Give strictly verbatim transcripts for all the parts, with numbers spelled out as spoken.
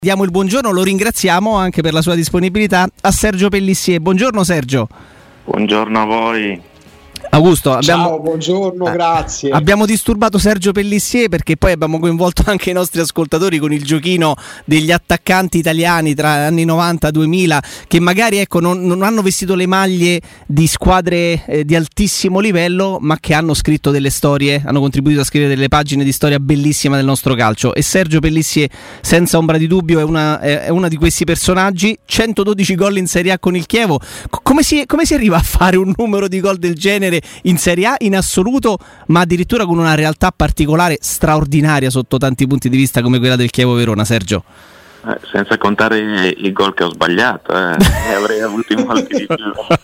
Diamo il buongiorno, lo ringraziamo anche per la sua disponibilità a Sergio Pellissier. Buongiorno Sergio. Buongiorno a voi. Augusto, abbiamo, ciao, buongiorno, eh, grazie. Abbiamo disturbato Sergio Pellissier perché poi abbiamo coinvolto anche i nostri ascoltatori con il giochino degli attaccanti italiani tra anni novanta e duemila che magari ecco non, non hanno vestito le maglie di squadre eh, di altissimo livello, ma che hanno scritto delle storie, hanno contribuito a scrivere delle pagine di storia bellissima del nostro calcio. E Sergio Pellissier, senza ombra di dubbio, è una, è uno di questi personaggi. centododici gol in Serie A con il Chievo. Come si, come si arriva a fare un numero di gol del genere in Serie A in assoluto, ma addirittura con una realtà particolare straordinaria sotto tanti punti di vista come quella del Chievo Verona, Sergio? Eh, senza contare il gol che ho sbagliato, eh. Ne avrei avuti molti di più.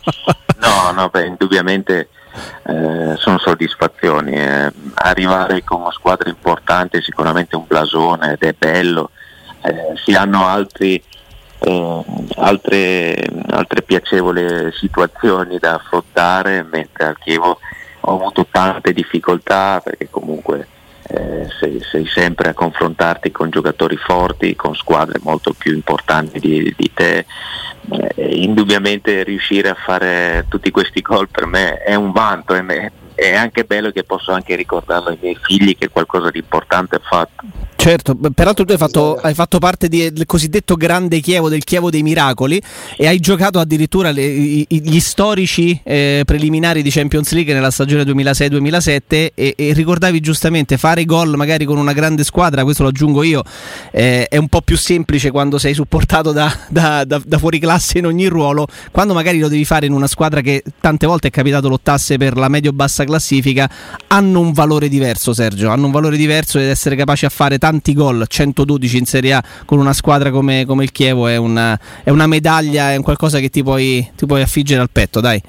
No, no, beh, indubbiamente eh, sono soddisfazioni. Eh. Arrivare con una squadra importante è sicuramente un blasone ed è bello. Eh, si hanno altri Eh, altre, altre piacevoli situazioni da affrontare, mentre al Chievo ho avuto tante difficoltà perché comunque eh, sei, sei sempre a confrontarti con giocatori forti, con squadre molto più importanti di, di te. Eh, indubbiamente riuscire a fare tutti questi gol per me è un vanto, e me, è anche bello che posso anche ricordarlo ai miei figli che qualcosa di importante ho fatto. Certo, peraltro tu hai fatto, hai fatto parte di, del cosiddetto grande Chievo, del Chievo dei miracoli, e hai giocato addirittura le, i, gli storici eh, preliminari di Champions League nella stagione duemilasei duemilasette e, e ricordavi giustamente fare gol magari con una grande squadra, questo lo aggiungo io, eh, è un po' più semplice quando sei supportato da, da, da, da fuori classe in ogni ruolo, quando magari lo devi fare in una squadra che tante volte è capitato lottasse per la medio-bassa classifica, hanno un valore diverso, Sergio, hanno un valore diverso, ed essere capaci a fare tanti gol, centododici in Serie A con una squadra come, come il Chievo è una, è una medaglia, è un qualcosa che ti puoi, ti puoi affiggere al petto, dai.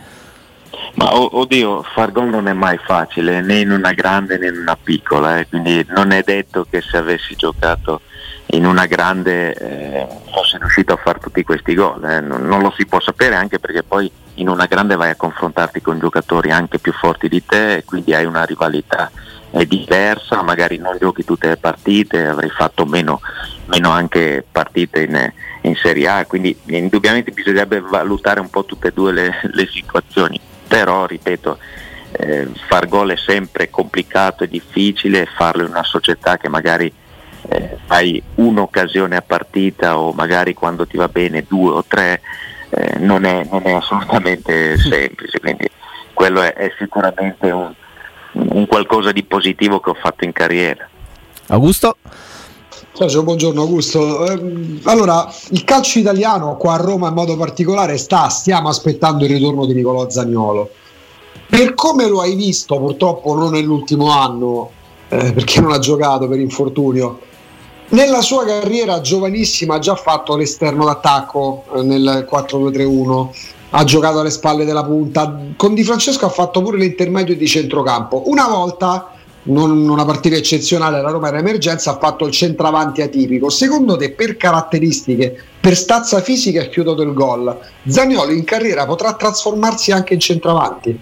Ma oddio, far gol non è mai facile, né in una grande né in una piccola, eh, quindi non è detto che se avessi giocato in una grande eh, fossi riuscito a fare tutti questi gol, eh. non, non lo si può sapere, anche perché poi in una grande vai a confrontarti con giocatori anche più forti di te e quindi hai una rivalità è diversa, magari non giochi tutte le partite, avrei fatto meno, meno anche partite in, in Serie A, quindi indubbiamente bisognerebbe valutare un po' tutte e due le, le situazioni, però ripeto, eh, far gol è sempre complicato e difficile, farlo in una società che magari eh, hai un'occasione a partita o magari quando ti va bene due o tre, eh, non, è, non è assolutamente semplice, quindi quello è, è sicuramente un un qualcosa di positivo che ho fatto in carriera. Augusto? Sergio, buongiorno Augusto. Eh, allora, il calcio italiano qua a Roma in modo particolare sta, stiamo aspettando il ritorno di Nicolò Zaniolo. Per come lo hai visto, purtroppo non nell'ultimo anno, eh, perché non ha giocato per infortunio, nella sua carriera giovanissima ha già fatto l'esterno d'attacco eh, nel quattro due tre uno, ha giocato alle spalle della punta, con Di Francesco ha fatto pure l'intermedio di centrocampo. Una volta, non una partita eccezionale, la Roma era emergenza, ha fatto il centravanti atipico. Secondo te, per caratteristiche, per stazza fisica e chiudo del gol, Zaniolo in carriera potrà trasformarsi anche in centravanti?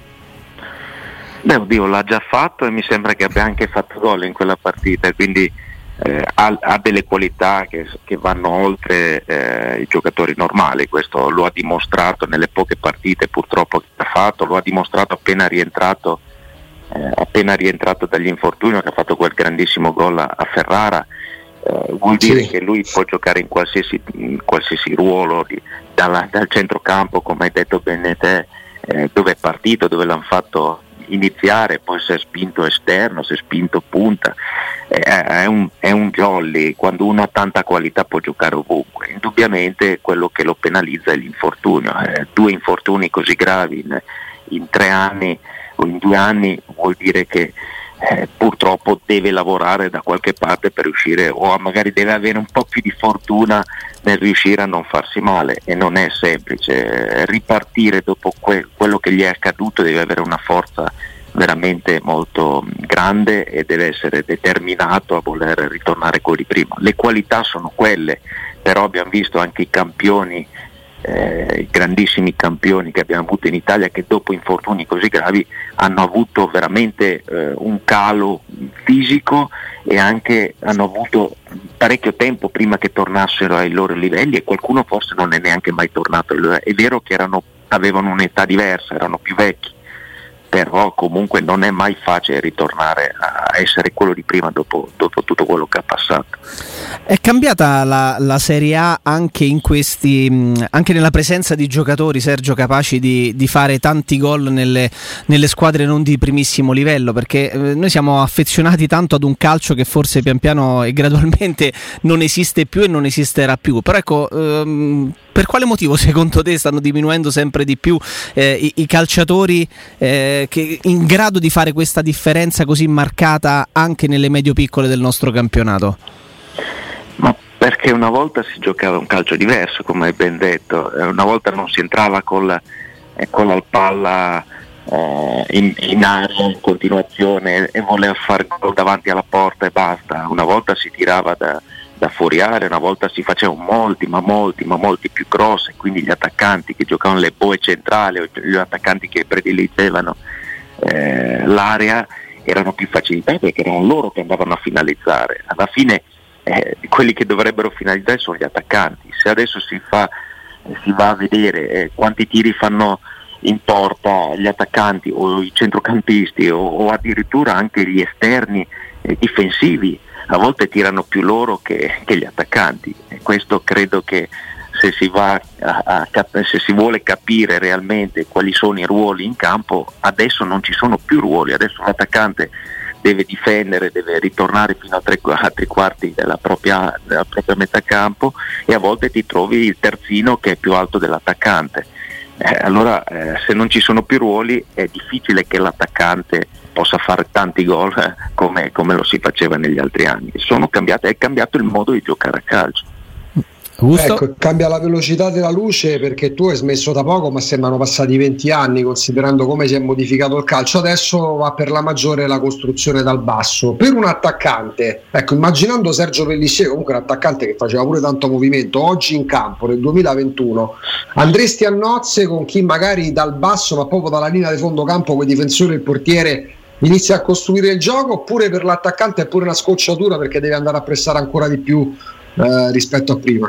Beh, oddio, l'ha già fatto e mi sembra che abbia anche fatto gol in quella partita, quindi Eh, ha, ha delle qualità che, che vanno oltre eh, i giocatori normali. Questo lo ha dimostrato nelle poche partite purtroppo che ha fatto, lo ha dimostrato appena rientrato eh, appena rientrato dagli infortuni, che ha fatto quel grandissimo gol a, a Ferrara. Eh, vuol dire sì. che lui può giocare in qualsiasi, in qualsiasi ruolo, di, dalla, dal centrocampo, come hai detto bene te, eh, dove è partito, dove l'hanno fatto iniziare, poi si è spinto esterno, si è spinto punta, eh, è, un, è un jolly. Quando uno ha tanta qualità può giocare ovunque. Indubbiamente quello che lo penalizza è l'infortunio, eh, due infortuni così gravi in, in tre anni o in due anni vuol dire che eh, purtroppo deve lavorare da qualche parte per riuscire, o magari deve avere un po' più di fortuna nel riuscire a non farsi male, e non è semplice. Ripartire dopo que- quello che gli è accaduto deve avere una forza veramente molto grande e deve essere determinato a voler ritornare quelli prima. Le qualità sono quelle, però abbiamo visto anche i campioni eh, i grandissimi campioni che abbiamo avuto in Italia, che dopo infortuni così gravi hanno avuto veramente eh, un calo fisico e anche hanno avuto parecchio tempo prima che tornassero ai loro livelli, e qualcuno forse non è neanche mai tornato. È vero che erano, avevano un'età diversa, erano più vecchi, però comunque non è mai facile ritornare a essere quello di prima dopo, dopo tutto quello che ha passato. È cambiata la, la Serie A anche in questi, anche nella presenza di giocatori, Sergio, capaci di, di fare tanti gol nelle, nelle squadre non di primissimo livello, perché eh, noi siamo affezionati tanto ad un calcio che forse pian piano e gradualmente non esiste più e non esisterà più. Però ecco, ehm, per quale motivo secondo te stanno diminuendo sempre di più eh, i, i calciatori eh, che in grado di fare questa differenza così marcata anche nelle medio-piccole del nostro campionato? Ma perché una volta si giocava un calcio diverso, come hai ben detto, una volta non si entrava con la, con la palla eh, in, in aria in continuazione e voleva fare gol davanti alla porta e basta. Una volta si tirava da, da fuori area, una volta si facevano molti ma molti ma molti più cross, e quindi gli attaccanti che giocavano le boe centrali o gli attaccanti che prediligevano eh, l'area erano più facilitati, perché erano loro che andavano a finalizzare. Alla fine eh, quelli che dovrebbero finalizzare sono gli attaccanti. Se adesso si fa si va a vedere eh, quanti tiri fanno in porta gli attaccanti o i centrocampisti o, o addirittura anche gli esterni eh, difensivi, a volte tirano più loro che, che gli attaccanti, e questo credo che se si va a, a, se si vuole capire realmente quali sono i ruoli in campo, adesso non ci sono più ruoli. Adesso l'attaccante deve difendere, deve ritornare fino a tre, a tre quarti della propria, della propria metà campo, e a volte ti trovi il terzino che è più alto dell'attaccante. Eh, allora eh, se non ci sono più ruoli è difficile che l'attaccante possa fare tanti gol eh, come, come lo si faceva negli altri anni. Sono cambiate, è cambiato il modo di giocare a calcio. Augusto? Ecco, cambia la velocità della luce, perché tu hai smesso da poco, ma sembrano passati venti anni considerando come si è modificato il calcio. Adesso va per la maggiore la costruzione dal basso. Per un attaccante, ecco, immaginando Sergio Pellissier, comunque un attaccante che faceva pure tanto movimento, oggi in campo nel duemilaventuno andresti a nozze con chi magari dal basso, ma proprio dalla linea di fondo campo, con i difensori e il portiere, inizia a costruire il gioco? Oppure per l'attaccante è pure una scocciatura, perché deve andare a pressare ancora di più eh, rispetto a prima?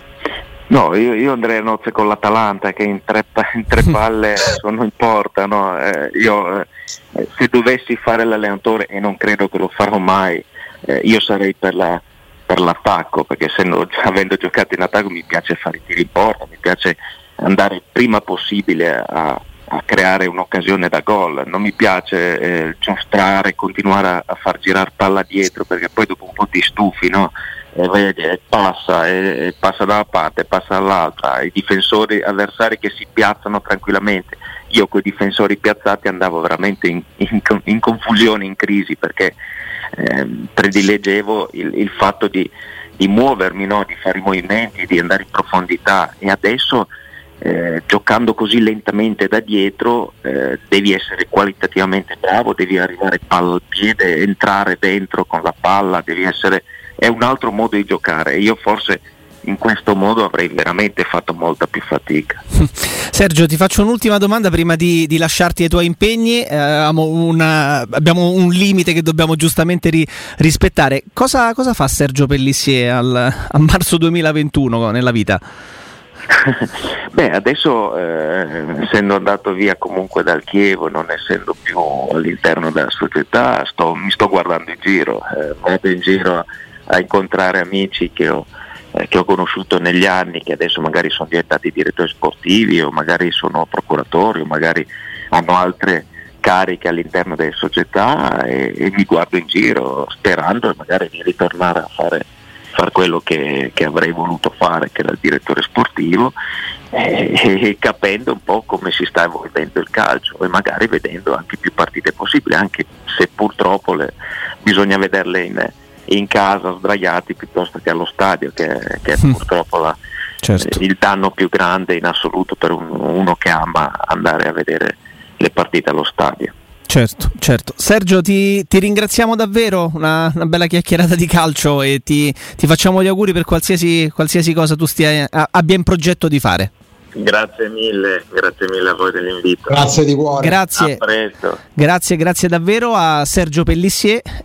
No, io, io andrei a nozze con l'Atalanta, che in tre, in tre palle sono in porta, no? eh, io eh, se dovessi fare l'allenatore, e non credo che lo farò mai, eh, io sarei per, la, per l'attacco, perché essendo, avendo giocato in attacco mi piace fare i tiri in porta, mi piace andare il prima possibile a, a creare un'occasione da gol. Non mi piace eh, giostrare, continuare a, a far girare palla dietro, perché poi dopo un po' ti stufi, no? E vedi, passa, e, e passa da una parte, passa dall'altra, i difensori avversari che si piazzano tranquillamente. Io con i difensori piazzati andavo veramente in, in, in confusione, in crisi, perché eh, predileggevo il, il fatto di, di muovermi, no? Di fare i movimenti, di andare in profondità, e adesso eh, giocando così lentamente da dietro eh, devi essere qualitativamente bravo, devi arrivare palla al piede, entrare dentro con la palla, devi essere... è un altro modo di giocare. Io forse in questo modo avrei veramente fatto molta più fatica. Sergio, ti faccio un'ultima domanda prima di, di lasciarti ai tuoi impegni. Eh, abbiamo, una, abbiamo un limite che dobbiamo giustamente ri, rispettare. Cosa, cosa fa Sergio Pellissier al, a marzo duemilaventuno nella vita? Beh, adesso eh, essendo andato via comunque dal Chievo, non essendo più all'interno della società, sto, mi sto guardando in giro, eh, vado in giro a, a incontrare amici che ho, eh, che ho conosciuto negli anni, che adesso magari sono diventati direttori sportivi, o magari sono procuratori, o magari hanno altre cariche all'interno delle società, e, e mi guardo in giro sperando magari di ritornare a fare far quello che, che avrei voluto fare, che era il direttore sportivo, e, e capendo un po' come si sta evolvendo il calcio, e magari vedendo anche più partite possibili, anche se purtroppo le, bisogna vederle in, in casa sdraiati piuttosto che allo stadio, che, che è purtroppo la, certo. il danno più grande in assoluto per un, uno che ama andare a vedere le partite allo stadio. Certo, certo. Sergio, ti, ti ringraziamo davvero, una, una bella chiacchierata di calcio, e ti, ti facciamo gli auguri per qualsiasi, qualsiasi cosa tu stia, abbia in progetto di fare. Grazie mille, grazie mille a voi dell'invito. Grazie di cuore. Grazie. A presto. Grazie, grazie davvero a Sergio Pellissier.